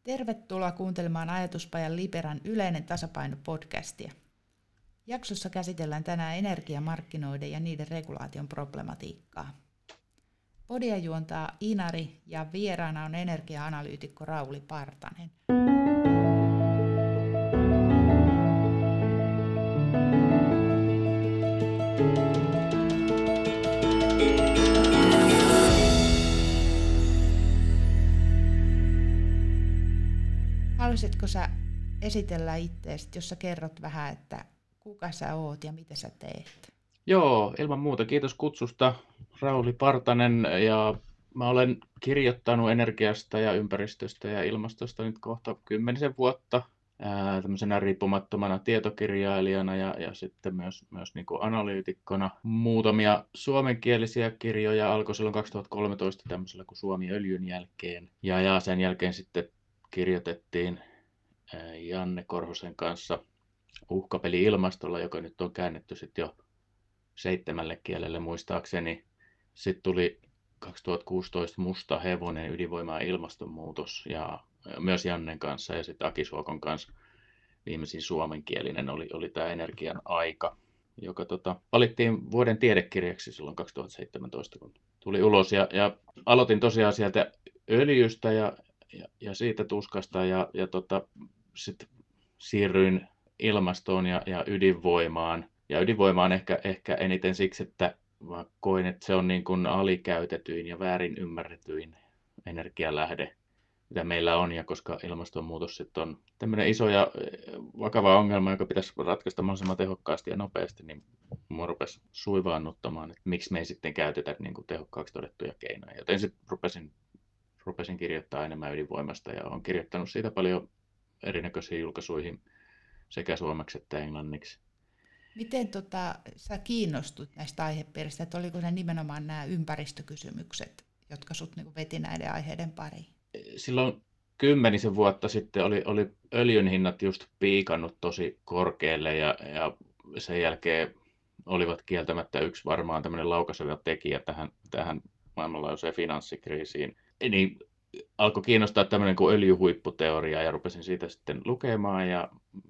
Tervetuloa kuuntelemaan Ajatuspajan Liberan Yleinen tasapaino-podcastia. Jaksossa käsitellään tänään energiamarkkinoiden ja niiden regulaation problematiikkaa. Podia juontaa Inari ja vieraana on energia-analyytikko Rauli Partanen. Haluaisitko sä esitellä itseäsi, jos sä kerrot vähän, että kuka sä oot ja mitä sä teet? Joo, ilman muuta. Kiitos kutsusta. Rauli Partanen, ja mä olen kirjoittanut energiasta ja ympäristöstä ja ilmastosta nyt kohta 10 vuotta tämmöisenä riippumattomana tietokirjailijana ja sitten myös niin kuin analyytikkona. Muutamia suomenkielisiä kirjoja alkoi silloin 2013 tämmöisellä kuin Suomi öljyn jälkeen. Ja sen jälkeen sitten kirjoitettiin Janne Korhosen kanssa Uhkapeli ilmastolla, joka nyt on käännetty sitten jo 7 kielelle muistaakseni. Sitten tuli 2016 Musta hevonen, ydinvoima ja ilmastonmuutos, ja myös Jannen kanssa ja sitten Aki Suokon kanssa viimeisin suomenkielinen oli tämä Energian aika, joka valittiin vuoden tiedekirjaksi silloin 2017, kun tuli ulos. Ja aloitin tosiaan sieltä öljystä ja siitä tuskasta ja sitten siirryin ilmastoon ja ydinvoimaan. Ja ydinvoima on ehkä eniten siksi, että mä koin, että se on niin kuin alikäytetyin ja väärin ymmärretyin energialähde, mitä meillä on. Ja koska ilmastonmuutos sitten on tämmöinen iso ja vakava ongelma, joka pitäisi ratkaista mahdollisimman tehokkaasti ja nopeasti, niin mua rupesi suivaannuttamaan, että miksi me ei sitten käytetä niin kuin tehokkaaksi todettuja keinoja. Joten sitten rupesin kirjoittaa enemmän ydinvoimasta ja olen kirjoittanut siitä paljon erinäköisiin julkaisuihin sekä suomeksi että englanniksi. Miten sä kiinnostut näistä aihepiiristä, että oliko ne nimenomaan nämä ympäristökysymykset, jotka sut niinku veti näiden aiheiden pariin? Silloin 10 vuotta sitten oli öljyn hinnat just piikannut tosi korkealle ja sen jälkeen olivat kieltämättä yksi varmaan tämmöinen laukaiseva tekijä tähän maailmanlaajuiseen finanssikriisiin. Niin alkoi kiinnostaa tämmöinen kuin öljyhuipputeoria ja rupesin siitä sitten lukemaan ja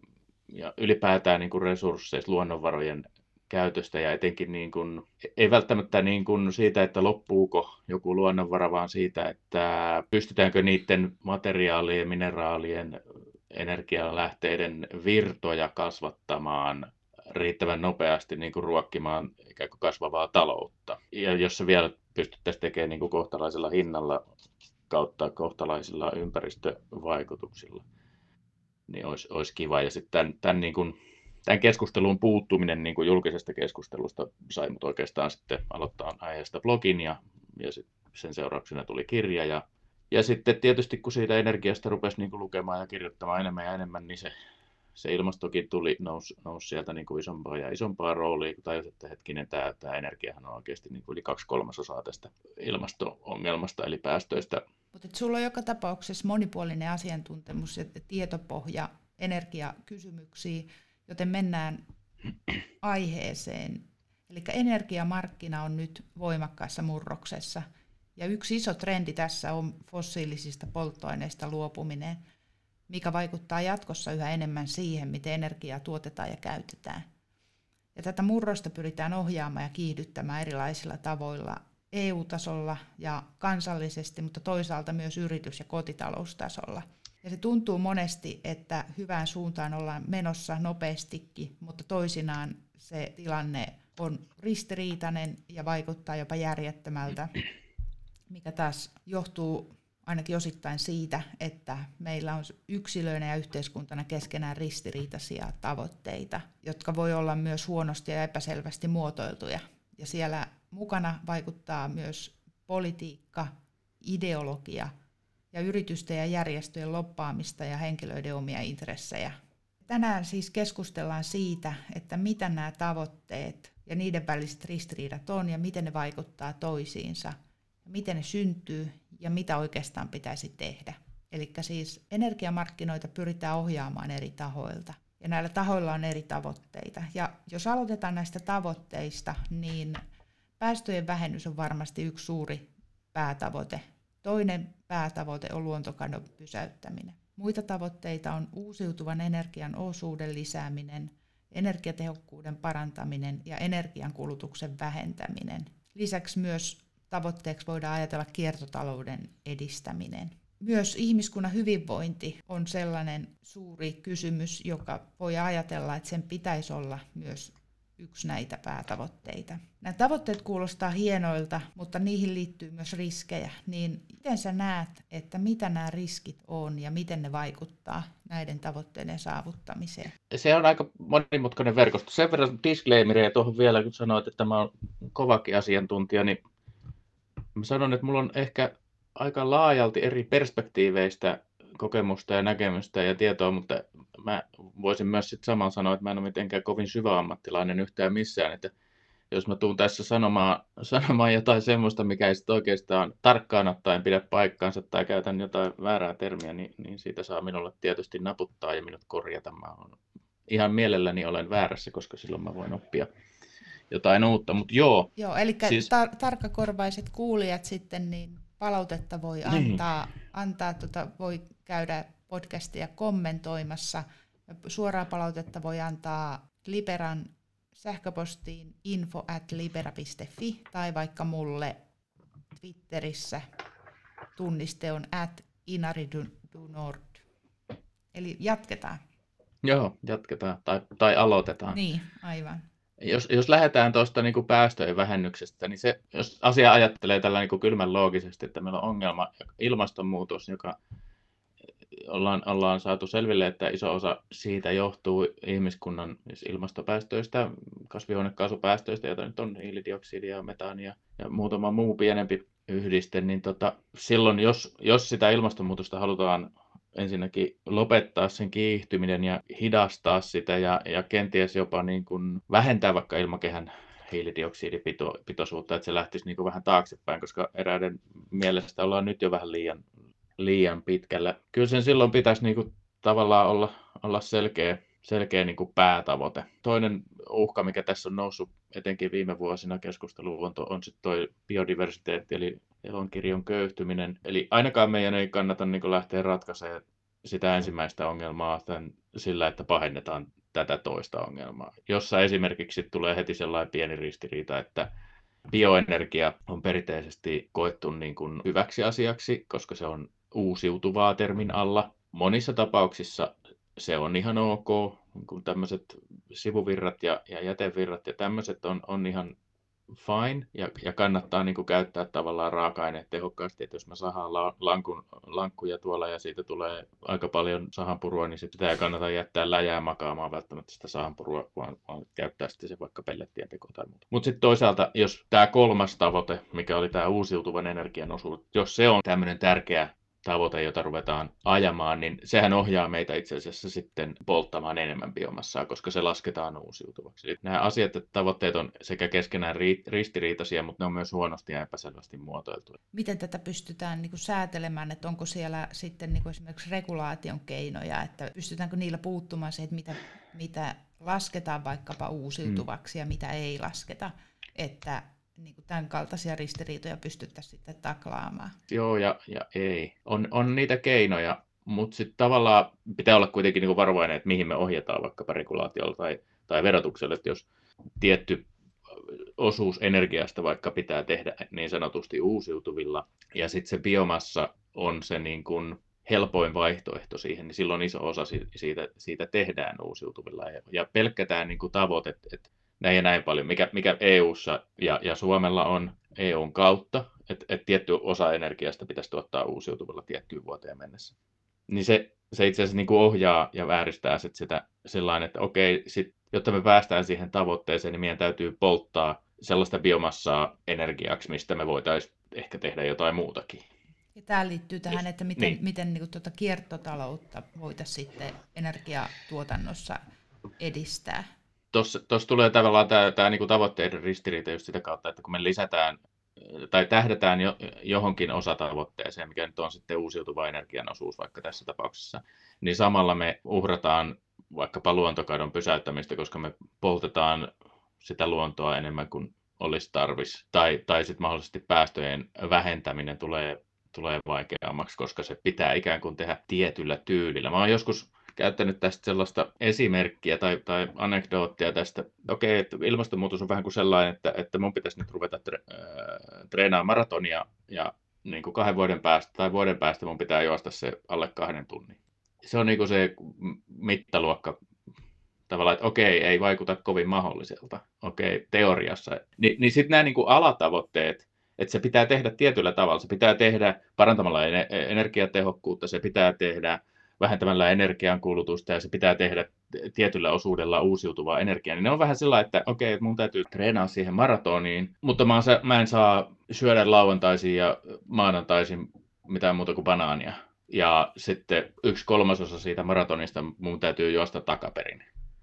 ylipäätään niin kuin resursseista, luonnonvarojen käytöstä ja etenkin niin kuin, ei välttämättä niin kuin siitä, että loppuuko joku luonnonvara, vaan siitä, että pystytäänkö niiden materiaalien, mineraalien, energialähteiden virtoja kasvattamaan riittävän nopeasti niin kuin ruokkimaan ikään kuin kasvavaa taloutta. Ja jos se vielä pystyttäisiin tekemään niin kuin kohtalaisella hinnalla kautta kohtalaisilla ympäristövaikutuksilla, niin olisi kiva. Ja sitten tämän keskustelun puuttuminen niin kuin julkisesta keskustelusta sai mut oikeastaan sitten aloittaa aiheesta blogin ja sen seurauksena tuli kirja. Ja sitten tietysti kun siitä energiasta rupesi niin kuin lukemaan ja kirjoittamaan enemmän ja enemmän, niin se ilmastokin nousi sieltä niin kuin isompaa ja isompaa roolia, kun tajusin, että hetkinen, tämä energiahan on oikeasti niin kuin yli 2/3 tästä ilmasto-ongelmasta eli päästöistä. Mutta sulla on joka tapauksessa monipuolinen asiantuntemus ja tietopohja energiakysymyksiin, joten mennään aiheeseen. Eli energiamarkkina on nyt voimakkaassa murroksessa. Ja yksi iso trendi tässä on fossiilisista polttoaineista luopuminen, mikä vaikuttaa jatkossa yhä enemmän siihen, miten energiaa tuotetaan ja käytetään. Ja tätä murrosta pyritään ohjaamaan ja kiihdyttämään erilaisilla tavoilla EU-tasolla ja kansallisesti, mutta toisaalta myös yritys- ja kotitaloustasolla. Ja se tuntuu monesti, että hyvään suuntaan ollaan menossa nopeastikin, mutta toisinaan se tilanne on ristiriitainen ja vaikuttaa jopa järjettömältä, mikä taas johtuu ainakin osittain siitä, että meillä on yksilöinä ja yhteiskuntana keskenään ristiriitaisia tavoitteita, jotka voi olla myös huonosti ja epäselvästi muotoiltuja. Ja siellä mukana vaikuttaa myös politiikka, ideologia ja yritysten ja järjestöjen lobbaamista ja henkilöiden omia intressejä. Tänään siis keskustellaan siitä, että mitä nämä tavoitteet ja niiden väliset ristiriidat on ja miten ne vaikuttaa toisiinsa, ja miten ne syntyy ja mitä oikeastaan pitäisi tehdä. Eli siis energiamarkkinoita pyritään ohjaamaan eri tahoilta. Ja näillä tahoilla on eri tavoitteita. Ja jos aloitetaan näistä tavoitteista, niin päästöjen vähennys on varmasti yksi suuri päätavoite. Toinen päätavoite on luontokadon pysäyttäminen. Muita tavoitteita on uusiutuvan energian osuuden lisääminen, energiatehokkuuden parantaminen ja energiankulutuksen vähentäminen. Lisäksi myös tavoitteeksi voidaan ajatella kiertotalouden edistäminen. Myös ihmiskunnan hyvinvointi on sellainen suuri kysymys, joka voi ajatella, että sen pitäisi olla myös yksi näitä päätavoitteita. Nämä tavoitteet kuulostaa hienoilta, mutta niihin liittyy myös riskejä. Niin miten sä näet, että mitä nämä riskit on ja miten ne vaikuttaa näiden tavoitteiden saavuttamiseen? Se on aika monimutkainen verkosto. Sen verran disclaimeria tuohon vielä, kun sanoit, että mä oon kovakin asiantuntija, niin mä sanon, että mulla on ehkä aika laajalti eri perspektiiveistä kokemusta ja näkemystä ja tietoa, mutta mä voisin myös sitten samalla sanoa, että mä en ole mitenkään kovin syvä ammattilainen yhtään missään, että jos mä tuun tässä sanomaan jotain semmoista, mikä ei sitten oikeastaan tarkkaan ottaen pidä paikkaansa tai käytän jotain väärää termiä, niin siitä saa minulle tietysti naputtaa ja minut korjata. Mä ihan mielelläni olen väärässä, koska silloin mä voin oppia jotain uutta, mutta joo. Joo, eli siis tarkkakorvaiset kuulijat sitten, niin palautetta voi antaa voi käydä podcastia kommentoimassa. Suoraa palautetta voi antaa Liberan sähköpostiin info@libera.fi tai vaikka mulle Twitterissä tunniste on @inaridunord. Eli jatketaan. Joo, jatketaan tai aloitetaan. Niin, aivan. Jos lähdetään tuosta niin kuin päästöjen vähennyksestä, niin se, jos asia ajattelee tällä niin kuin kylmän loogisesti, että meillä on ongelma ilmastonmuutos, joka ollaan saatu selville, että iso osa siitä johtuu ihmiskunnan ilmastopäästöistä, kasvihuonekaasupäästöistä, joita nyt on hiilidioksidia, metaania ja muutama muu pienempi yhdiste, niin silloin jos sitä ilmastonmuutosta halutaan ensinnäkin lopettaa sen kiihtyminen ja hidastaa sitä ja kenties jopa niin kuin vähentää vaikka ilmakehän hiilidioksidipitoisuutta, että se lähtisi niin kuin vähän taaksepäin, koska eräiden mielestä ollaan nyt jo vähän liian pitkällä. Kyllä sen silloin pitäisi niin kuin tavallaan olla selkeä niin kuin päätavoite. Toinen uhka, mikä tässä on noussut etenkin viime vuosina keskusteluun, on sitten tuo biodiversiteetti, eli elonkirjon köyhtyminen. Eli ainakaan meidän ei kannata niin kuin lähteä ratkaisemaan sitä ensimmäistä ongelmaa sillä, että pahennetaan tätä toista ongelmaa. Jossa esimerkiksi tulee heti sellainen pieni ristiriita, että bioenergia on perinteisesti koettu niin kuin hyväksi asiaksi, koska se on uusiutuvaa termin alla. Monissa tapauksissa se on ihan ok, kun tämmöiset sivuvirrat ja jätevirrat ja tämmöiset on ihan fine ja kannattaa niin kuin käyttää tavallaan raaka-aineet tehokkaasti, että jos mä sahaan lankkuja tuolla ja siitä tulee aika paljon sahanpurua, niin sitä ei kannata jättää läjää makaamaan välttämättä sitä sahanpurua, vaan käyttää sitten se vaikka pellettien teko tai muuta. Mutta sitten toisaalta, jos tämä kolmas tavoite, mikä oli tämä uusiutuvan energian osuus, jos se on tämmöinen tärkeä tavoite, jota ruvetaan ajamaan, niin sehän ohjaa meitä itse asiassa sitten polttamaan enemmän biomassaa, koska se lasketaan uusiutuvaksi. Eli nämä asiat ja tavoitteet on sekä keskenään ristiriitaisia, mutta ne on myös huonosti ja epäselvästi muotoiltu. Miten tätä pystytään niin kuin säätelemään, että onko siellä sitten niin kuin esimerkiksi regulaation keinoja, että pystytäänkö niillä puuttumaan se, että mitä lasketaan vaikkapa uusiutuvaksi ja mitä ei lasketa, että niin kuin tämän kaltaisia ristiriitoja pystyttäisiin sitten taklaamaan. Joo ja ei. On niitä keinoja, mutta sitten tavallaan pitää olla kuitenkin niin kuin varovainen, että mihin me ohjataan vaikkapa regulaatiolla tai verotuksella, että jos tietty osuus energiasta vaikka pitää tehdä niin sanotusti uusiutuvilla ja sitten se biomassa on se niin kuin helpoin vaihtoehto siihen, niin silloin iso osa siitä tehdään uusiutuvilla ja pelkkätään niin kuin tavoite, että näin ja näin paljon, mikä EU:ssa ja Suomella on EUn kautta, että tietty osa energiasta pitäisi tuottaa uusiutuvalla tiettyyn vuoteen mennessä. Niin se itse asiassa niin kuin ohjaa ja vääristää sitä sellainen, että okei, jotta me päästään siihen tavoitteeseen, niin meidän täytyy polttaa sellaista biomassaa energiaksi, mistä me voitaisiin ehkä tehdä jotain muutakin. Ja tämä liittyy tähän, että miten niin kuin tuota kiertotaloutta voitaisiin sitten energiatuotannossa edistää. Tuossa tulee tavallaan tämä niin kuin tavoitteiden ristiriita just sitä kautta, että kun me lisätään tai tähdätään johonkin osatavoitteeseen, mikä nyt on sitten uusiutuva energian osuus vaikka tässä tapauksessa, niin samalla me uhrataan vaikkapa luontokadon pysäyttämistä, koska me poltetaan sitä luontoa enemmän kuin olisi tarvis. Tai sitten mahdollisesti päästöjen vähentäminen tulee tulee vaikeammaksi, koska se pitää ikään kuin tehdä tietyllä tyylillä. Mä oon joskus käyttänyt tästä sellaista esimerkkiä tai anekdoottia tästä. Okei, että ilmastonmuutos on vähän kuin sellainen, että mun pitäisi nyt ruveta treenaamaan maratonia ja niin kuin 2 vuoden päästä tai vuoden päästä mun pitää juosta se alle 2 tunnin. Se on niin kuin se mittaluokka tavallaan, että okei, ei vaikuta kovin mahdolliselta, okei, teoriassa. Niin sitten nämä niin kuin alatavoitteet, että se pitää tehdä tietyllä tavalla, se pitää tehdä parantamalla energiatehokkuutta, se pitää tehdä vähentämällä energiankulutusta ja se pitää tehdä tietyllä osuudella uusiutuvaa energiaa, niin ne on vähän sellainen, että okei, että mun täytyy treenaa siihen maratoniin, mutta mä en saa syödä lauantaisin ja maanantaisin mitään muuta kuin banaania. Ja sitten 1/3 siitä maratonista mun täytyy juosta takaperin.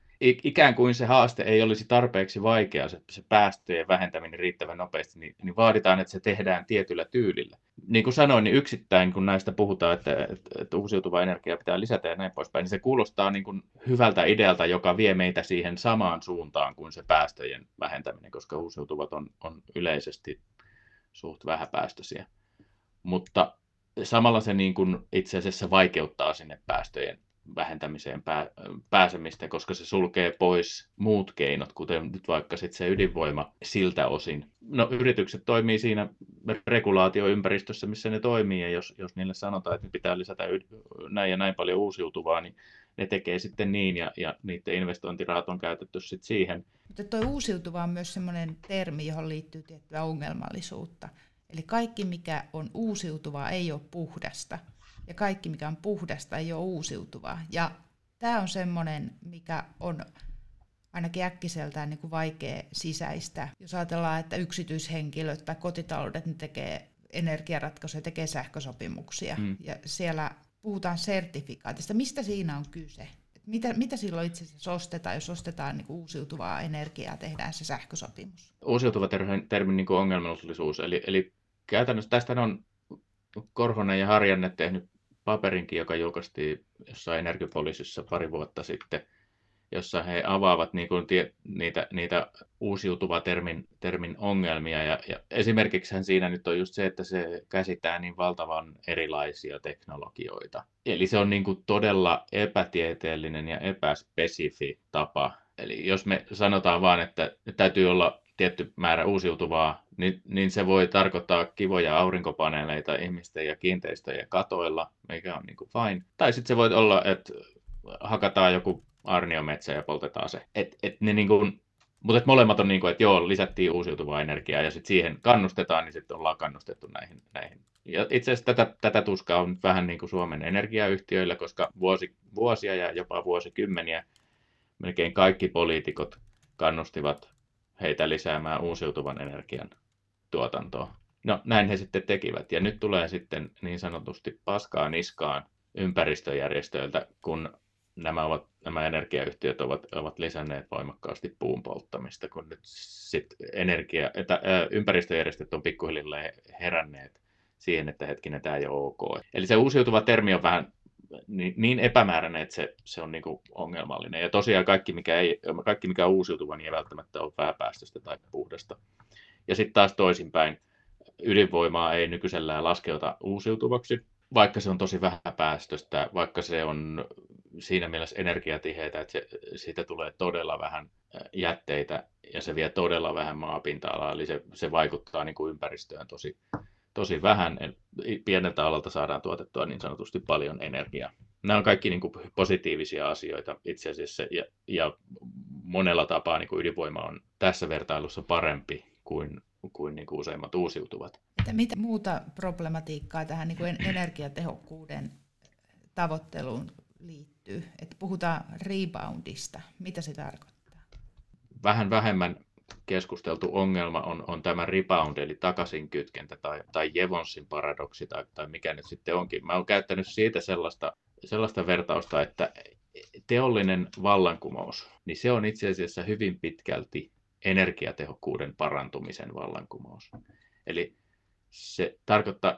Ikään kuin se haaste ei olisi tarpeeksi vaikea, se päästöjen vähentäminen riittävän nopeasti, niin vaaditaan, että se tehdään tietyllä tyylillä. Niin kuin sanoin, niin yksittäin, kun näistä puhutaan, että uusiutuvaa energiaa pitää lisätä ja näin poispäin, niin se kuulostaa niin kuin hyvältä idealta, joka vie meitä siihen samaan suuntaan kuin se päästöjen vähentäminen, koska uusiutuvat on yleisesti suht vähäpäästöisiä. Mutta samalla se niin kuin itse asiassa vaikeuttaa sinne päästöjen vähentämiseen pääsemistä, koska se sulkee pois muut keinot, kuten nyt vaikka sit se ydinvoima siltä osin. No yritykset toimii siinä regulaatioympäristössä, missä ne toimii, ja jos niille sanotaan, että pitää lisätä näin ja näin paljon uusiutuvaa, niin ne tekee sitten niin, ja niiden investointirahat on käytetty sitten siihen. Mutta tuo uusiutuva on myös sellainen termi, johon liittyy tiettyä ongelmallisuutta. Eli kaikki, mikä on uusiutuvaa, ei ole puhdasta. Ja kaikki, mikä on puhdasta, ei ole uusiutuvaa. Ja tämä on semmoinen, mikä on ainakin äkkiseltään niin kuin vaikea sisäistä. Jos ajatellaan, että yksityishenkilöt tai kotitaloudet ne tekee energiaratkaisuja, tekee sähkösopimuksia, ja siellä puhutaan sertifikaatista. Mistä siinä on kyse? Mitä silloin itse asiassa ostetaan, jos ostetaan niin kuin uusiutuvaa energiaa, tehdään se sähkösopimus? Uusiutuva termin niin kuin ongelmallisuus. Eli käytännössä tästä on Korhonen ja Harjanne tehnyt paperinkin, joka julkaistiin jossain Energiapolisissa pari vuotta sitten, jossa he avaavat niin kuin niitä uusiutuva termin ongelmia. Ja esimerkiksi siinä nyt on just se, että se käsittää niin valtavan erilaisia teknologioita. Eli se on niin kuin todella epätieteellinen ja epäspesifi tapa. Eli jos me sanotaan vaan, että täytyy olla tietty määrä uusiutuvaa, niin se voi tarkoittaa kivoja aurinkopaneeleita ihmisten ja kiinteistöjen katoilla, mikä on niin kuin fine. Tai sitten se voi olla, että hakataan joku aarniometsä ja poltetaan se. Mutta molemmat on niin kuin, että joo, lisättiin uusiutuvaa energiaa ja sitten siihen kannustetaan, niin sitten ollaan kannustettu näihin. Ja itse asiassa tätä tuskaa on nyt vähän niin kuin Suomen energiayhtiöillä, koska vuosia ja jopa vuosikymmeniä melkein kaikki poliitikot kannustivat heitä lisäämään uusiutuvan energian tuotantoa. No näin he sitten tekivät, ja nyt tulee sitten niin sanotusti paskaa niskaan ympäristöjärjestöiltä, kun nämä energiayhtiöt ovat lisänneet voimakkaasti puun polttamista, kun nyt sitten ympäristöjärjestöt on pikkuhiljaa heränneet siihen, että hetkinen, tämä ei ole ok. Eli se uusiutuva termi on vähän niin epämääräinen, että se on niin kuin ongelmallinen. Ja tosiaan kaikki, mikä on uusiutuva, niin ei välttämättä ole vähäpäästöistä tai puhdasta. Ja sitten taas toisinpäin, ydinvoimaa ei nykyisellään laskeuta uusiutuvaksi, vaikka se on tosi vähäpäästöistä, vaikka se on siinä mielessä energiatiheitä, että siitä tulee todella vähän jätteitä ja se vie todella vähän maapinta-alaa, eli se vaikuttaa niin kuin ympäristöön tosi vähän. Pieneltä alalta saadaan tuotettua niin sanotusti paljon energiaa. Nämä on kaikki niin kuin positiivisia asioita itse asiassa, ja monella tapaa niin kuin ydinvoima on tässä vertailussa parempi kuin useimmat uusiutuvat. Että mitä muuta problematiikkaa tähän niin kuin energiatehokkuuden tavoitteluun liittyy? Että puhutaan reboundista. Mitä se tarkoittaa? Vähän vähemmän keskusteltu ongelma on tämä rebound, eli takaisinkytkentä tai Jevonsin paradoksi tai mikä nyt sitten onkin. Mä oon käyttänyt siitä sellaista vertausta, että teollinen vallankumous, niin se on itse asiassa hyvin pitkälti energiatehokkuuden parantumisen vallankumous. Eli se tarkoittaa,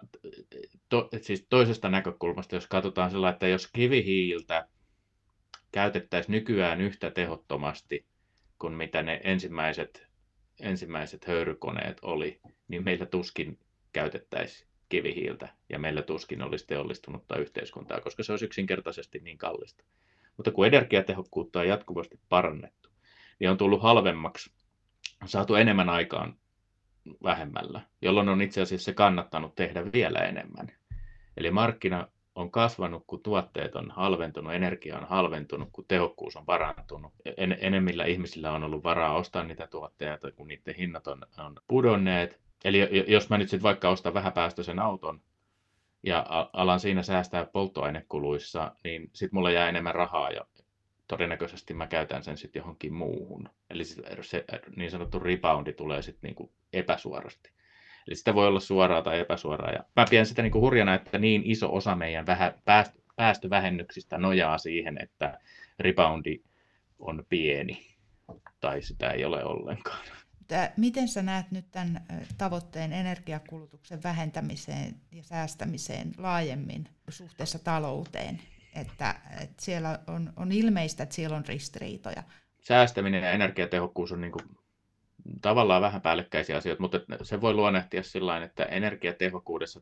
siis toisesta näkökulmasta, jos katsotaan sellainen, että jos kivihiiltä käytettäisiin nykyään yhtä tehottomasti kuin mitä ne ensimmäiset höyrykoneet oli, niin meillä tuskin käytettäisiin kivihiiltä, ja meillä tuskin olisi teollistunutta yhteiskuntaa, koska se olisi yksinkertaisesti niin kallista. Mutta kun energiatehokkuutta on jatkuvasti parannettu, niin on tullut halvemmaksi, on saatu enemmän aikaan vähemmällä, jolloin on itse asiassa kannattanut tehdä vielä enemmän. Eli markkina on kasvanut, kun tuotteet on halventunut, energia on halventunut, kun tehokkuus on parantunut. Enemmillä ihmisillä on ollut varaa ostaa niitä tuotteita, kun niiden hinnat on pudonneet. Eli jos mä nyt sitten vaikka ostan vähäpäästöisen auton ja alan siinä säästää polttoainekuluissa, niin sitten mulla jää enemmän rahaa ja todennäköisesti mä käytän sen sitten johonkin muuhun. Eli se niin sanottu reboundi tulee sitten niinku epäsuorasti. Eli sitä voi olla suoraa tai epäsuoraa. Ja mä pidän sitä niinku hurjana, että niin iso osa meidän päästövähennyksistä nojaa siihen, että reboundi on pieni tai sitä ei ole ollenkaan. Miten sä näet nyt tämän tavoitteen energiakulutuksen vähentämiseen ja säästämiseen laajemmin suhteessa talouteen? Että siellä on ilmeistä, että siellä on ristiriitoja. Säästäminen ja energiatehokkuus on niinku tavallaan vähän päällekkäisiä asioita, mutta se voi luonnehtia sillain, että energiatehokkuudessa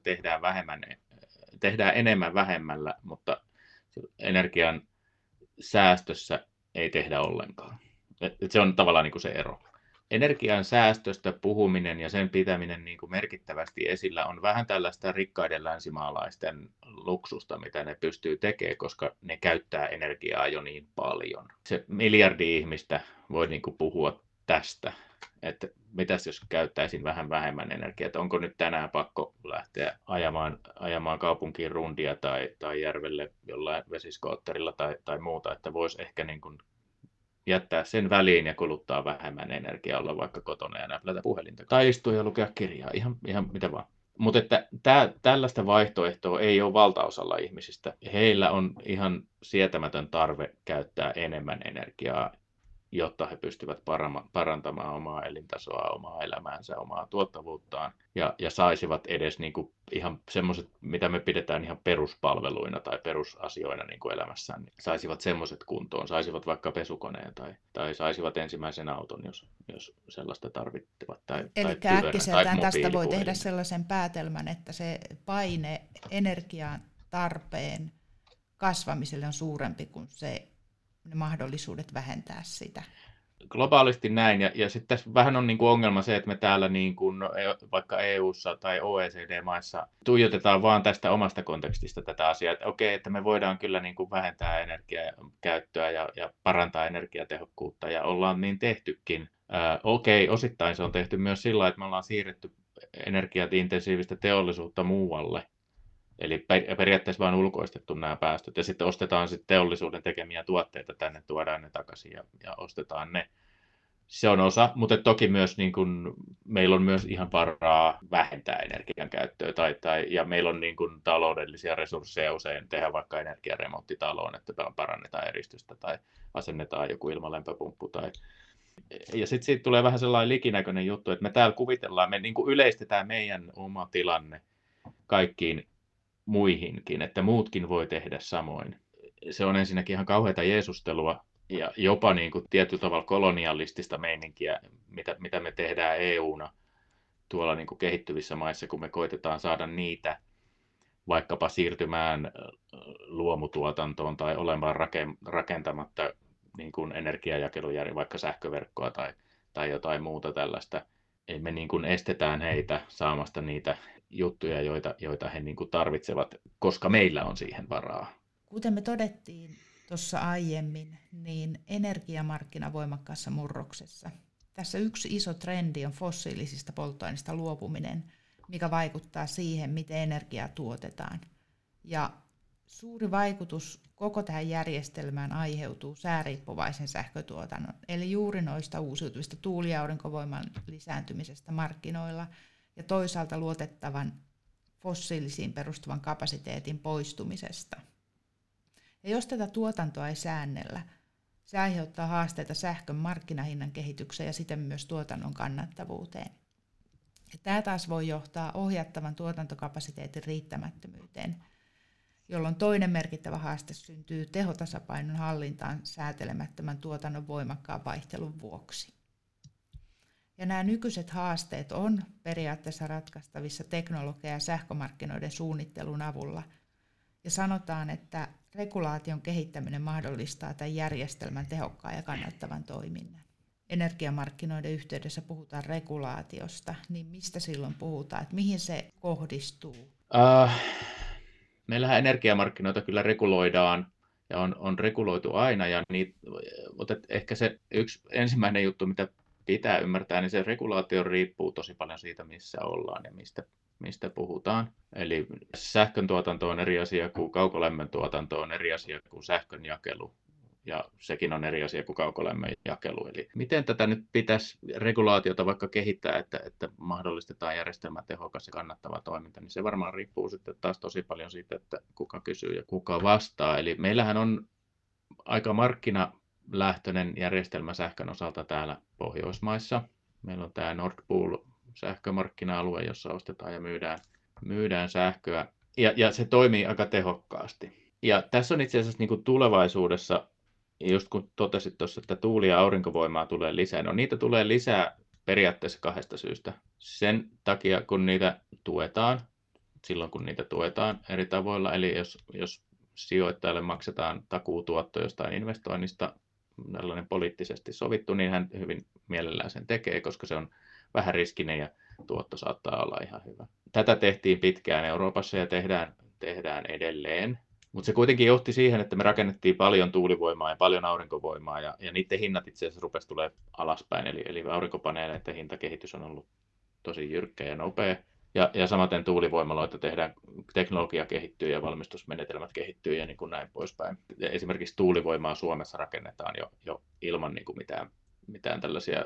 tehdään enemmän vähemmällä, mutta energian säästössä ei tehdä ollenkaan. Se on tavallaan niin kuin se ero. Energian säästöstä puhuminen ja sen pitäminen niin kuin merkittävästi esillä on vähän tällaista rikkaiden länsimaalaisten luksusta, mitä ne pystyy tekemään, koska ne käyttää energiaa jo niin paljon. Se miljardi ihmistä voi niin kuin puhua tästä, että mitäs jos käyttäisin vähän vähemmän energiaa, että onko nyt tänään pakko lähteä ajamaan kaupunkiin rundia tai järvelle jollain vesiskootterilla tai muuta, että voisi ehkä niin kuin jättää sen väliin ja kuluttaa vähemmän energiaa, olla vaikka kotona ja näplätä puhelinta. Tai istua ja lukea kirjaa, ihan mitä vaan. Mutta että tällaista vaihtoehtoa ei ole valtaosalla ihmisistä. Heillä on ihan sietämätön tarve käyttää enemmän energiaa, jotta he pystyvät parantamaan omaa elintasoa, omaa elämäänsä, omaa tuottavuuttaan ja saisivat edes niin kuin ihan semmoiset, mitä me pidetään ihan peruspalveluina tai perusasioina niin kuin elämässään, niin saisivat semmoiset kuntoon, saisivat vaikka pesukoneen tai saisivat ensimmäisen auton, jos sellaista tarvitsevat. Eli äkkiseltään tästä voi tehdä sellaisen päätelmän, että se paine energian tarpeen kasvamiselle on suurempi kuin ne mahdollisuudet vähentää sitä. Globaalisti näin, ja sitten tässä vähän on niin kuin ongelma se, että me täällä niin kuin, vaikka EU:ssa tai OECD-maissa tuijotetaan vaan tästä omasta kontekstista tätä asiaa, että okei, että me voidaan kyllä niin kuin vähentää energiakäyttöä ja parantaa energiatehokkuutta, ja ollaan niin tehtykin. Okei, osittain se on tehty myös sillä, että me ollaan siirretty energiaintensiivistä teollisuutta muualle. Eli periaatteessa vain ulkoistettu nämä päästöt ja sitten ostetaan sitten teollisuuden tekemiä tuotteita tänne, tuodaan ne takaisin ja ostetaan ne. Se on osa, mutta toki myös niin kun, meillä on myös ihan varaa vähentää energian käyttöä ja meillä on niin kun, taloudellisia resursseja usein tehdä vaikka energiaremontti taloon, että parannetaan eristystä tai asennetaan joku ilmalämpöpumppu. Ja sitten siitä tulee vähän sellainen likinäköinen juttu, että me täällä kuvitellaan, me niin kun yleistetään meidän oma tilanne kaikkiin muihinkin, että muutkin voi tehdä samoin. Se on ensinnäkin ihan kauheata jeesustelua ja jopa niin kuin tietyllä tavalla kolonialistista meininkiä, mitä me tehdään EU:na tuolla niin kuin kehittyvissä maissa, kun me koitetaan saada niitä vaikkapa siirtymään luomutuotantoon tai olemaan rakentamatta niin kuin energiajakelujärjestelmää, vaikka sähköverkkoa tai jotain muuta tällaista. Eli me niin kuin estetään heitä saamasta niitä juttuja, joita he niin kuin tarvitsevat, koska meillä on siihen varaa. Kuten me todettiin tuossa aiemmin, niin energiamarkkina voimakkaassa murroksessa. Tässä yksi iso trendi on fossiilisista polttoaineista luopuminen, mikä vaikuttaa siihen, miten energiaa tuotetaan. Ja suuri vaikutus koko tähän järjestelmään aiheutuu sääriippuvaisen sähkötuotannon, eli juuri noista uusiutuvista tuuli- ja aurinkovoiman lisääntymisestä markkinoilla ja toisaalta luotettavan fossiilisiin perustuvan kapasiteetin poistumisesta. Ja jos tätä tuotantoa ei säännellä, se aiheuttaa haasteita sähkön markkinahinnan kehitykseen ja siten myös tuotannon kannattavuuteen. Ja tämä taas voi johtaa ohjattavan tuotantokapasiteetin riittämättömyyteen, jolloin toinen merkittävä haaste syntyy tehotasapainon hallintaan säätelemättömän tuotannon voimakkaan vaihtelun vuoksi. Ja nämä nykyiset haasteet on periaatteessa ratkaistavissa teknologia- ja sähkömarkkinoiden suunnittelun avulla. Ja sanotaan, että regulaation kehittäminen mahdollistaa tämän järjestelmän tehokkaan ja kannattavan toiminnan. Energiamarkkinoiden yhteydessä puhutaan regulaatiosta, niin mistä silloin puhutaan, että mihin se kohdistuu? Meillähän energiamarkkinoita kyllä reguloidaan ja on reguloitu aina, mutta ehkä se yksi ensimmäinen juttu, mitä pitää ymmärtää, niin se regulaatio riippuu tosi paljon siitä, missä ollaan ja mistä puhutaan. Eli sähkön tuotanto on eri asia kuin kaukolämmön tuotanto on eri asia kuin sähkön jakelu. Ja sekin on eri asia kuin kaukolämmön jakelu. Eli miten tätä nyt pitäisi regulaatiota vaikka kehittää, että mahdollistetaan järjestelmän tehokas ja kannattava toiminta, niin se varmaan riippuu sitten taas tosi paljon siitä, että kuka kysyy ja kuka vastaa. Eli meillähän on aika markkinalähtöinen järjestelmä sähkön osalta täällä Pohjoismaissa. Meillä on tämä Nord Pool sähkömarkkina-alue, jossa ostetaan ja myydään sähköä, ja se toimii aika tehokkaasti. Ja tässä on itse asiassa niin kuin tulevaisuudessa, just kun totesit tuossa, että tuuli- ja aurinkovoimaa tulee lisää, no niitä tulee lisää periaatteessa kahdesta syystä. Sen takia, kun niitä tuetaan, silloin kun niitä tuetaan eri tavoilla, eli jos sijoittajalle maksetaan takuutuotto jostain investoinnista, tällainen poliittisesti sovittu, niin hän hyvin mielellään sen tekee, koska se on vähän riskinen ja tuotto saattaa olla ihan hyvä. Tätä tehtiin pitkään Euroopassa ja tehdään edelleen, mutta se kuitenkin johti siihen, että me rakennettiin paljon tuulivoimaa ja paljon aurinkovoimaa ja niiden hinnat itse asiassa rupesi tulemaan alaspäin, eli aurinkopaneeleiden hintakehitys on ollut tosi jyrkkä ja nopea. Ja samaten tuulivoimaloita tehdään, teknologia kehittyy ja valmistusmenetelmät kehittyy ja niin kuin näin poispäin. Esimerkiksi tuulivoimaa Suomessa rakennetaan jo ilman niin kuin mitään tällaisia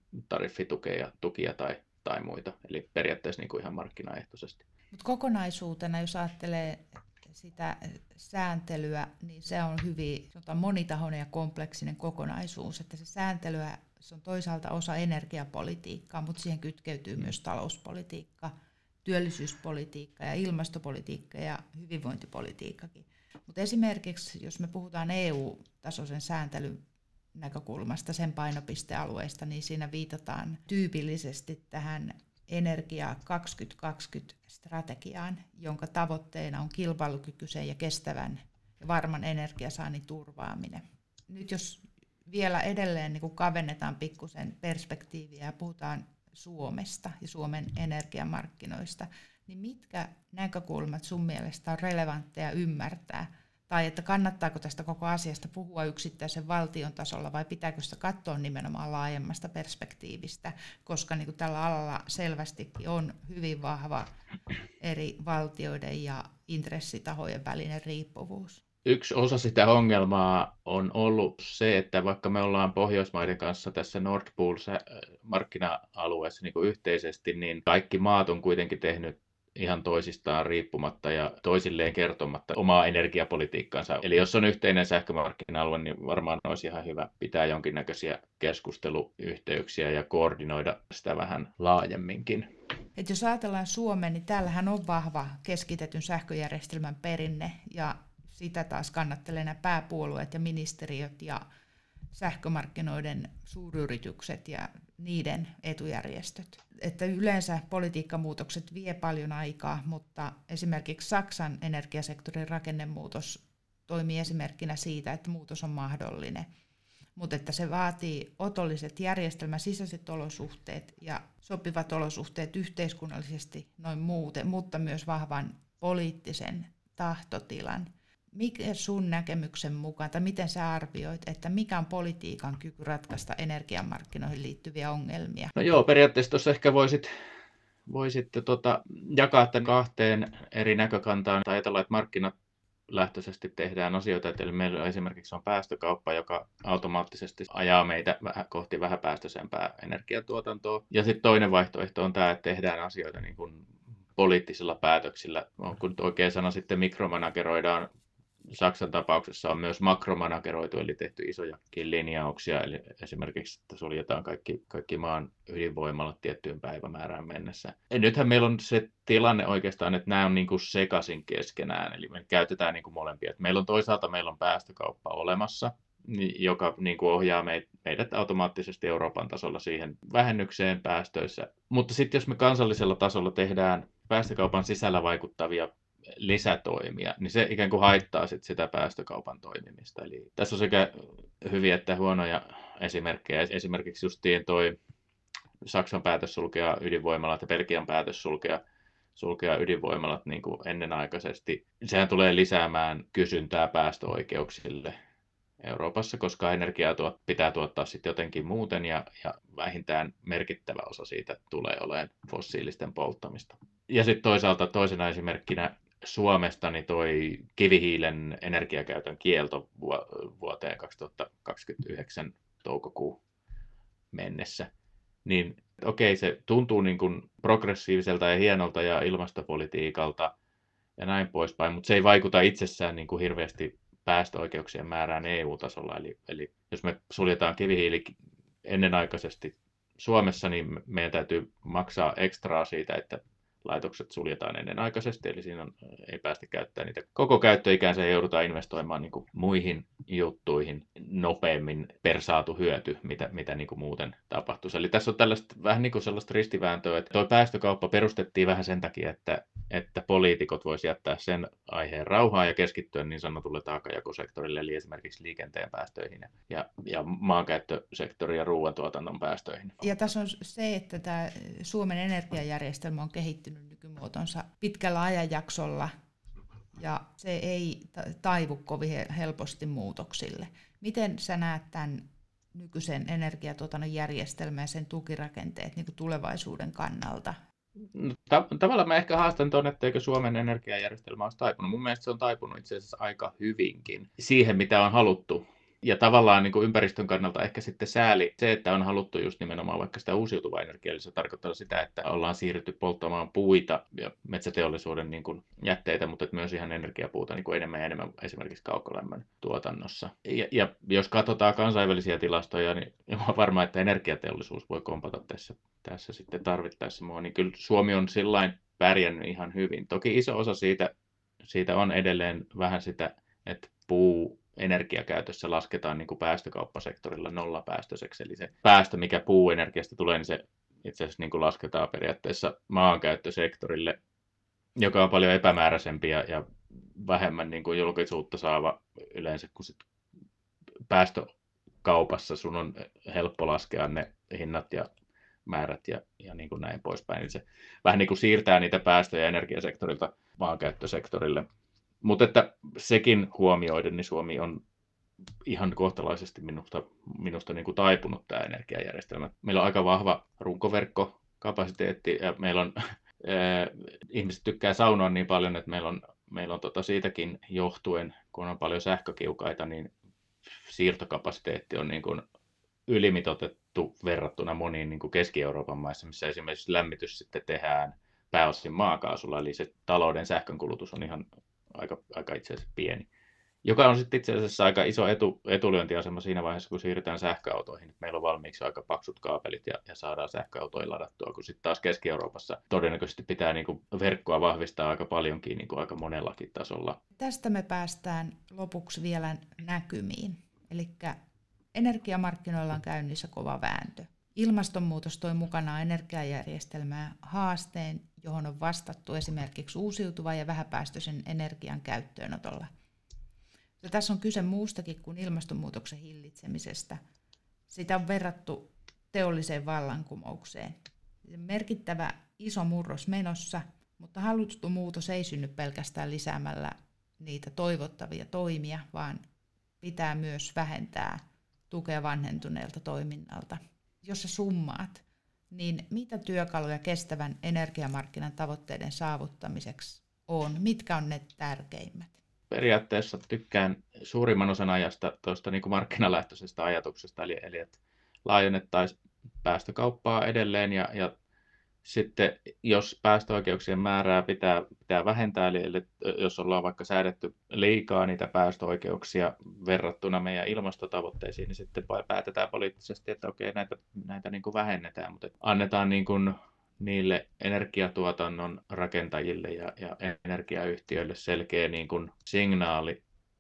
tukia tai muita, eli periaatteessa niin kuin ihan markkinaehtoisesti. Mutta kokonaisuutena, jos ajattelee sitä sääntelyä, niin se on hyvin monitahoinen ja kompleksinen kokonaisuus, että se sääntelyä se on toisaalta osa energiapolitiikkaa, mutta siihen kytkeytyy myös talouspolitiikka, työllisyyspolitiikka ja ilmastopolitiikka ja hyvinvointipolitiikkakin. Mutta esimerkiksi jos me puhutaan EU-tasoisen sääntelyn näkökulmasta, sen painopistealueista, niin siinä viitataan tyypillisesti tähän Energia 2020-strategiaan, jonka tavoitteena on kilpailukykyisen ja kestävän ja varman energiasaannin turvaaminen. Nyt jos vielä edelleen niin kuin kavennetaan pikkusen perspektiiviä ja puhutaan Suomesta ja Suomen energiamarkkinoista, niin mitkä näkökulmat sun mielestä on relevantteja ymmärtää? Tai että kannattaako tästä koko asiasta puhua yksittäisen valtion tasolla vai pitääkö sitä katsoa nimenomaan laajemmasta perspektiivistä, koska niin kuin tällä alalla selvästikin on hyvin vahva eri valtioiden ja intressitahojen välinen riippuvuus. Yksi osa sitä ongelmaa on ollut se, että vaikka me ollaan Pohjoismaiden kanssa tässä Nord Pool-markkina-alueessa niin kuin yhteisesti, niin kaikki maat on kuitenkin tehnyt ihan toisistaan riippumatta ja toisilleen kertomatta omaa energiapolitiikkaansa. Eli jos on yhteinen sähkömarkkina-alue, niin varmaan olisi ihan hyvä pitää jonkinnäköisiä keskusteluyhteyksiä ja koordinoida sitä vähän laajemminkin. Et jos ajatellaan Suomea, niin täällähän on vahva keskitetyn sähköjärjestelmän perinne ja sitä taas kannattelee nämä pääpuolueet ja ministeriöt ja sähkömarkkinoiden suuryritykset ja niiden etujärjestöt. Että yleensä politiikkamuutokset vie paljon aikaa, mutta esimerkiksi Saksan energiasektorin rakennemuutos toimii esimerkkinä siitä, että muutos on mahdollinen. Mutta että se vaatii otolliset järjestelmän sisäiset olosuhteet ja sopivat olosuhteet yhteiskunnallisesti noin muuten, mutta myös vahvan poliittisen tahtotilan. Mikä sun näkemyksen mukaan, tai miten sä arvioit, että mikä on politiikan kyky ratkaista energiamarkkinoihin liittyviä ongelmia? No joo, periaatteessa tuossa ehkä voisit jakaa tämän kahteen eri näkökantaan. Ajatellaan, että markkinalähtöisesti tehdään asioita, eli meillä esimerkiksi on päästökauppa, joka automaattisesti ajaa meitä kohti vähäpäästöisempää energiatuotantoa. Ja sitten toinen vaihtoehto on tämä, että tehdään asioita niin kuin poliittisilla päätöksillä. Kun oikein sana sitten mikromanageroidaan, Saksan tapauksessa on myös makromanageroitu, eli tehty isojakin linjauksia, eli esimerkiksi, että suljetaan kaikki maan ydinvoimalat tiettyyn päivämäärään mennessä. Ja nythän meillä on se tilanne oikeastaan, että nämä on niin kuin sekaisin keskenään, eli me käytetään niin kuin molempia. Meillä on toisaalta päästökauppa olemassa, joka niin kuin ohjaa meidät automaattisesti Euroopan tasolla siihen vähennykseen päästöissä. Mutta sitten jos me kansallisella tasolla tehdään päästökaupan sisällä vaikuttavia lisätoimia, niin se ikään kuin haittaa sitä päästökaupan toimimista. Eli tässä on sekä hyviä että huonoja esimerkkejä. Esimerkiksi justiin toi Saksan päätös sulkea ydinvoimalat ja Belgian päätös sulkea ydinvoimalat niin kuin ennenaikaisesti. Sehän tulee lisäämään kysyntää päästöoikeuksille Euroopassa, koska energiaa pitää tuottaa sitten jotenkin muuten ja vähintään merkittävä osa siitä tulee olemaan fossiilisten polttamista. Ja sitten toisaalta toisena esimerkkinä Suomesta niin toi kivihiilen energiakäytön kielto vuoteen 2029 toukokuun mennessä. Niin okei, se tuntuu niin kuin progressiiviselta ja hienolta ja ilmastopolitiikalta ja näin poispäin, mutta se ei vaikuta itsessään niin kuin hirveästi päästöoikeuksien määrään EU-tasolla. Eli jos me suljetaan kivihiili ennenaikaisesti Suomessa, niin meidän täytyy maksaa ekstraa siitä, että laitokset suljetaan ennenaikaisesti, eli siinä ei päästä käyttämään niitä koko käyttöikänsä ja joudutaan investoimaan niin kuin muihin juttuihin nopeammin per saatu hyöty, mitä niin kuin muuten tapahtuisi. Eli tässä on tällaista, vähän niin kuin sellaista ristivääntöä, että tuo päästökauppa perustettiin vähän sen takia, että poliitikot voisivat jättää sen aiheen rauhaan ja keskittyä niin sanotulle taakanjakosektorille, eli esimerkiksi liikenteen päästöihin ja maankäyttösektorin ja ruoantuotannon päästöihin. Ja tässä on se, että tämä Suomen energiajärjestelmä on kehittynyt nykymuotonsa pitkällä ajanjaksolla ja se ei taivu kovin helposti muutoksille. Miten sä näet tämän nykyisen energiatuotannon järjestelmän ja sen tukirakenteet niin kuin tulevaisuuden kannalta? No, tavallaan mä ehkä haastan tuon, etteikö Suomen energiajärjestelmä olisi taipunut. Mun mielestä se on taipunut itse asiassa aika hyvinkin siihen, mitä on haluttu. Ja tavallaan niin kuin ympäristön kannalta ehkä sitten sääli se, että on haluttu just nimenomaan vaikka sitä uusiutuvaa energiaa, eli se tarkoittaa sitä, että ollaan siirrytty polttamaan puita ja metsäteollisuuden niin kuin jätteitä, mutta myös ihan energiapuuta niin kuin enemmän ja enemmän esimerkiksi kaukolämmön tuotannossa. Ja jos katsotaan kansainvälisiä tilastoja, niin olen varma, että energiateollisuus voi kompata tässä sitten tarvittaessa mua, niin kyllä Suomi on sillain pärjännyt ihan hyvin. Toki iso osa siitä on edelleen vähän sitä, että energiakäytössä lasketaan niin kuin päästökauppasektorilla nollapäästöiseksi, eli se päästö, mikä puuenergiasta tulee, niin se itse asiassa niin kuin lasketaan periaatteessa maankäyttösektorille, joka on paljon epämääräisempi ja vähemmän niin kuin julkisuutta saava yleensä, kun sit päästökaupassa sun on helppo laskea ne hinnat ja määrät ja niin kuin näin poispäin. Eli se vähän niin kuin siirtää niitä päästöjä energiasektorilta maankäyttösektorille. Mutta että sekin huomioiden, niin Suomi on ihan kohtalaisesti minusta niin kuin taipunut tämä energiajärjestelmä. Meillä on aika vahva runkoverkkokapasiteetti ja meillä on, ihmiset tykkää saunoa niin paljon, että meillä on siitäkin johtuen, kun on paljon sähkökiukaita, niin siirtokapasiteetti on niin kuin ylimitoitettu verrattuna moniin niin kuin Keski-Euroopan maissa, missä esimerkiksi lämmitys sitten tehdään pääosin maakaasulla, eli se talouden sähkönkulutus on ihan aika itse asiassa pieni, joka on sitten itse asiassa aika iso etulyöntiasema siinä vaiheessa, kun siirrytään sähköautoihin. Meillä on valmiiksi aika paksut kaapelit ja saadaan sähköautoja ladattua, kun sitten taas Keski-Euroopassa todennäköisesti pitää niin kuin verkkoa vahvistaa aika paljonkin, niin kuin aika monellakin tasolla. Tästä me päästään lopuksi vielä näkymiin. Eli energiamarkkinoilla on käynnissä kova vääntö. Ilmastonmuutos toi mukanaan energiajärjestelmään haasteen, johon on vastattu esimerkiksi uusiutuvan ja vähäpäästöisen energian käyttöönotolla. Ja tässä on kyse muustakin kuin ilmastonmuutoksen hillitsemisestä. Sitä on verrattu teolliseen vallankumoukseen. Merkittävä iso murros menossa, mutta haluttu muutos ei synny pelkästään lisäämällä niitä toivottavia toimia, vaan pitää myös vähentää tukea vanhentuneelta toiminnalta. Jos sä summaat, niin mitä työkaluja kestävän energiamarkkinan tavoitteiden saavuttamiseksi on? Mitkä on ne tärkeimmät? Periaatteessa tykkään suurimman osan ajasta tuosta niin kuin markkinalähtöisestä ajatuksesta, eli että laajennettaisiin päästökauppaa edelleen ja sitten jos päästöoikeuksien määrää pitää vähentää, eli jos ollaan vaikka säädetty liikaa niitä päästöoikeuksia verrattuna meidän ilmastotavoitteisiin, niin sitten päätetään poliittisesti, että okei, näitä niin kuin vähennetään, mutta annetaan niin kuin niille energiatuotannon rakentajille ja energiayhtiöille selkeä niin kuin signaali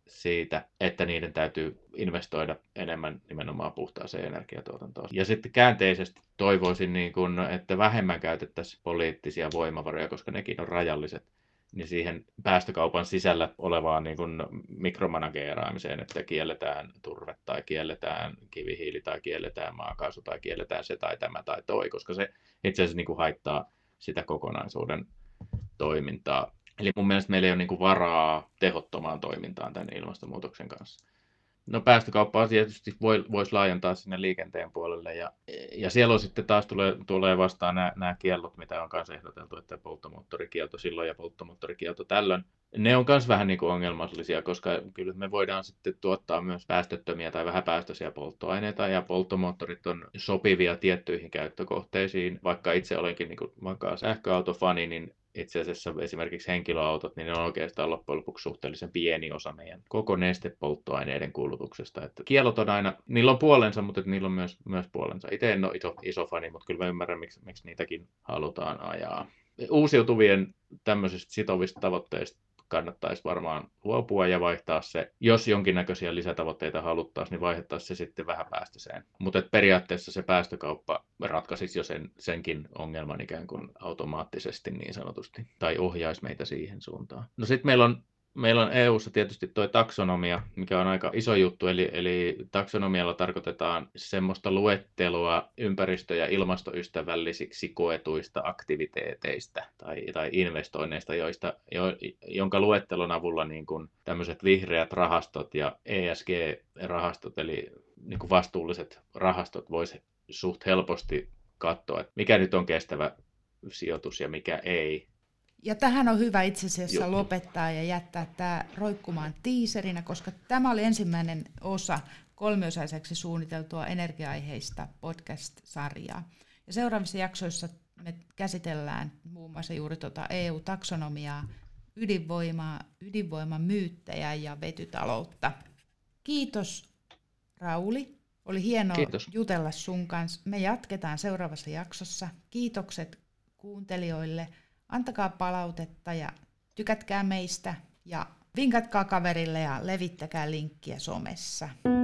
siitä, että niiden täytyy investoida enemmän nimenomaan puhtaaseen energiatuotantoon. Ja sitten käänteisesti toivoisin, niin kun, että vähemmän käytettäisiin poliittisia voimavaroja, koska nekin on rajalliset, niin siihen päästökaupan sisällä olevaan niin kun mikromanageeraamiseen, että kielletään turve tai kielletään kivihiili tai kielletään maakaasu tai kielletään se tai tämä tai toi, koska se itse asiassa niin kun haittaa sitä kokonaisuuden toimintaa. Eli mun mielestä meillä ei ole niin kuin varaa tehottomaan toimintaan tämän ilmastonmuutoksen kanssa. No päästökauppaa tietysti voisi laajentaa sinne liikenteen puolelle ja siellä on sitten taas tulee vastaan nämä kiellot, mitä on kanssa ehdoteltu, että polttomoottorikielto silloin ja polttomoottorikielto tällöin. Ne on myös vähän niin kuin ongelmallisia, koska kyllä me voidaan sitten tuottaa myös päästöttömiä tai vähäpäästöisiä polttoaineita ja polttomoottorit on sopivia tiettyihin käyttökohteisiin. Vaikka itse olenkin niin kuin vakaa sähköautofani, niin itse asiassa esimerkiksi henkilöautot, niin ne on oikeastaan loppujen lopuksi suhteellisen pieni osa meidän koko nestepolttoaineiden kulutuksesta. Että kiellot on aina, niillä on puolensa, mutta niillä on myös puolensa. Itse en ole iso fani, mutta kyllä mä ymmärrän, miksi niitäkin halutaan ajaa. Uusiutuvien tämmöisistä sitovista tavoitteista kannattaisi varmaan luopua ja vaihtaa se, jos jonkinnäköisiä lisätavoitteita haluttaisiin, niin vaihdettaisiin se sitten vähäpäästöiseen. Mutta periaatteessa se päästökauppa ratkaisisi jo senkin ongelman ikään kuin automaattisesti niin sanotusti, tai ohjaisi meitä siihen suuntaan. No sitten meillä on EU:ssa tietysti tuo taksonomia, mikä on aika iso juttu, eli taksonomialla tarkoitetaan semmoista luettelua ympäristö- ja ilmastoystävällisiksi koetuista aktiviteeteista tai investoinneista, jonka luettelon avulla niin kuin tämmöiset vihreät rahastot ja ESG-rahastot, eli niin kuin vastuulliset rahastot voisi suht helposti katsoa, että mikä nyt on kestävä sijoitus ja mikä ei. Ja tähän on hyvä itse asiassa lopettaa ja jättää tämä roikkumaan tiiserinä, koska tämä oli ensimmäinen osa kolmiosaiseksi suunniteltua energia-aiheista podcast-sarjaa. Ja seuraavissa jaksoissa me käsitellään muun muassa juuri EU-taksonomiaa, ydinvoiman myyttejä ja vetytaloutta. Kiitos Rauli, oli hienoa jutella sun kanssa. Me jatketaan seuraavassa jaksossa. Kiitokset kuuntelijoille. Antakaa palautetta ja tykätkää meistä ja vinkatkaa kaverille ja levittäkää linkkiä somessa.